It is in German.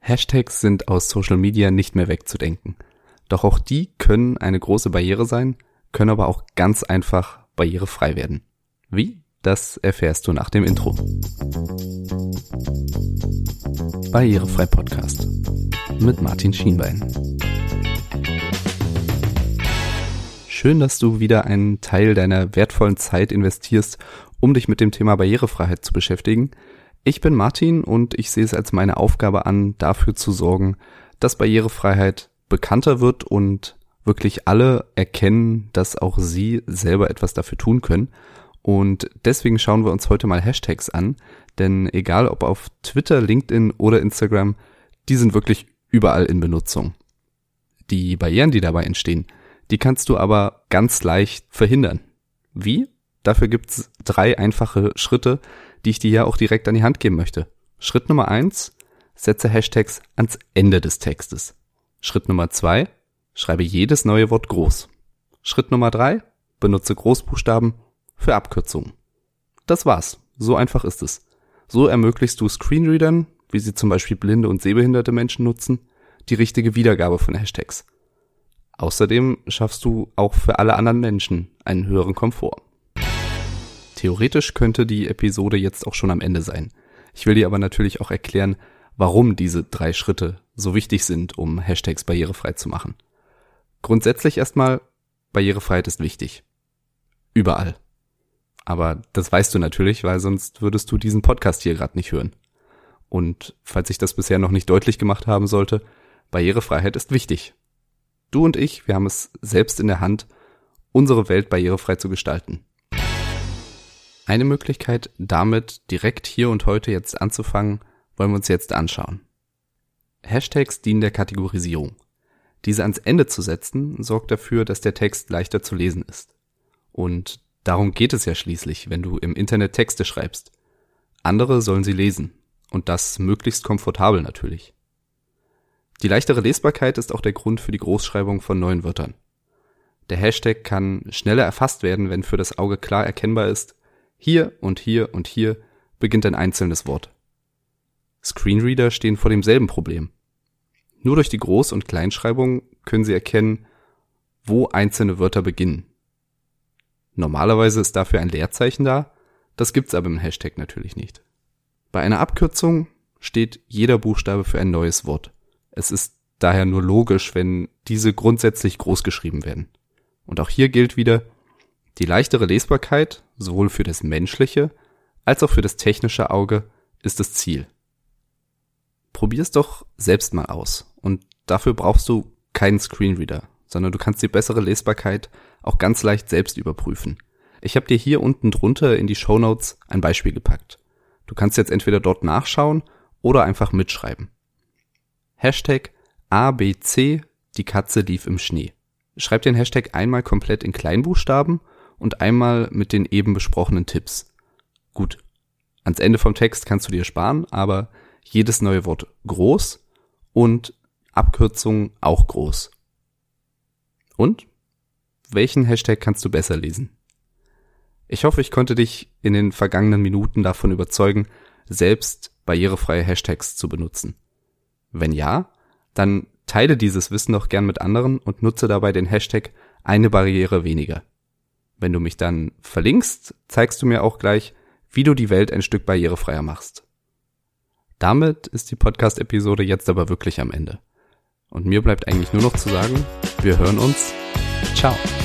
Hashtags sind aus Social Media nicht mehr wegzudenken. Doch auch die können eine große Barriere sein, können aber auch ganz einfach barrierefrei werden. Wie? Das erfährst du nach dem Intro. Barrierefrei Podcast mit Martin Schienbein. Schön, dass du wieder einen Teil deiner wertvollen Zeit investierst, um dich mit dem Thema Barrierefreiheit zu beschäftigen. Ich bin Martin und ich sehe es als meine Aufgabe an, dafür zu sorgen, dass Barrierefreiheit bekannter wird und wirklich alle erkennen, dass auch sie selber etwas dafür tun können. Und deswegen schauen wir uns heute mal Hashtags an, denn egal ob auf Twitter, LinkedIn oder Instagram, die sind wirklich überall in Benutzung. Die Barrieren, die dabei entstehen, die kannst du aber ganz leicht verhindern. Wie? Dafür gibt's 3 einfache Schritte, die ich dir ja auch direkt an die Hand geben möchte. Schritt Nummer 1, setze Hashtags ans Ende des Textes. Schritt Nummer 2, schreibe jedes neue Wort groß. Schritt Nummer 3, benutze Großbuchstaben für Abkürzungen. Das war's. So einfach ist es. So ermöglichst du Screenreadern, wie sie zum Beispiel blinde und sehbehinderte Menschen nutzen, die richtige Wiedergabe von Hashtags. Außerdem schaffst du auch für alle anderen Menschen einen höheren Komfort. Theoretisch könnte die Episode jetzt auch schon am Ende sein. Ich will dir aber natürlich auch erklären, warum diese 3 Schritte so wichtig sind, um Hashtags barrierefrei zu machen. Grundsätzlich erstmal, Barrierefreiheit ist wichtig. Überall. Aber das weißt du natürlich, weil sonst würdest du diesen Podcast hier gerade nicht hören. Und falls ich das bisher noch nicht deutlich gemacht haben sollte, Barrierefreiheit ist wichtig. Du und ich, wir haben es selbst in der Hand, unsere Welt barrierefrei zu gestalten. Eine Möglichkeit, damit direkt hier und heute jetzt anzufangen, wollen wir uns jetzt anschauen. Hashtags dienen der Kategorisierung. Diese ans Ende zu setzen, sorgt dafür, dass der Text leichter zu lesen ist. Und darum geht es ja schließlich, wenn du im Internet Texte schreibst. Andere sollen sie lesen. Und das möglichst komfortabel natürlich. Die leichtere Lesbarkeit ist auch der Grund für die Großschreibung von neuen Wörtern. Der Hashtag kann schneller erfasst werden, wenn für das Auge klar erkennbar ist, hier und hier und hier beginnt ein einzelnes Wort. Screenreader stehen vor demselben Problem. Nur durch die Groß- und Kleinschreibung können sie erkennen, wo einzelne Wörter beginnen. Normalerweise ist dafür ein Leerzeichen da, das gibt's aber im Hashtag natürlich nicht. Bei einer Abkürzung steht jeder Buchstabe für ein neues Wort. Es ist daher nur logisch, wenn diese grundsätzlich groß geschrieben werden. Und auch hier gilt wieder, die leichtere Lesbarkeit, sowohl für das menschliche als auch für das technische Auge, ist das Ziel. Probier's doch selbst mal aus. Und dafür brauchst du keinen Screenreader, sondern du kannst die bessere Lesbarkeit auch ganz leicht selbst überprüfen. Ich habe dir hier unten drunter in die Shownotes ein Beispiel gepackt. Du kannst jetzt entweder dort nachschauen oder einfach mitschreiben. Hashtag ABC, die Katze lief im Schnee. Schreib den Hashtag einmal komplett in Kleinbuchstaben und einmal mit den eben besprochenen Tipps. Gut, ans Ende vom Text kannst du dir sparen, aber jedes neue Wort groß und Abkürzungen auch groß. Und? Welchen Hashtag kannst du besser lesen? Ich hoffe, ich konnte dich in den vergangenen Minuten davon überzeugen, selbst barrierefreie Hashtags zu benutzen. Wenn ja, dann teile dieses Wissen doch gern mit anderen und nutze dabei den Hashtag eine Barriere weniger. Wenn du mich dann verlinkst, zeigst du mir auch gleich, wie du die Welt ein Stück barrierefreier machst. Damit ist die Podcast-Episode jetzt aber wirklich am Ende. Und mir bleibt eigentlich nur noch zu sagen, wir hören uns. Ciao.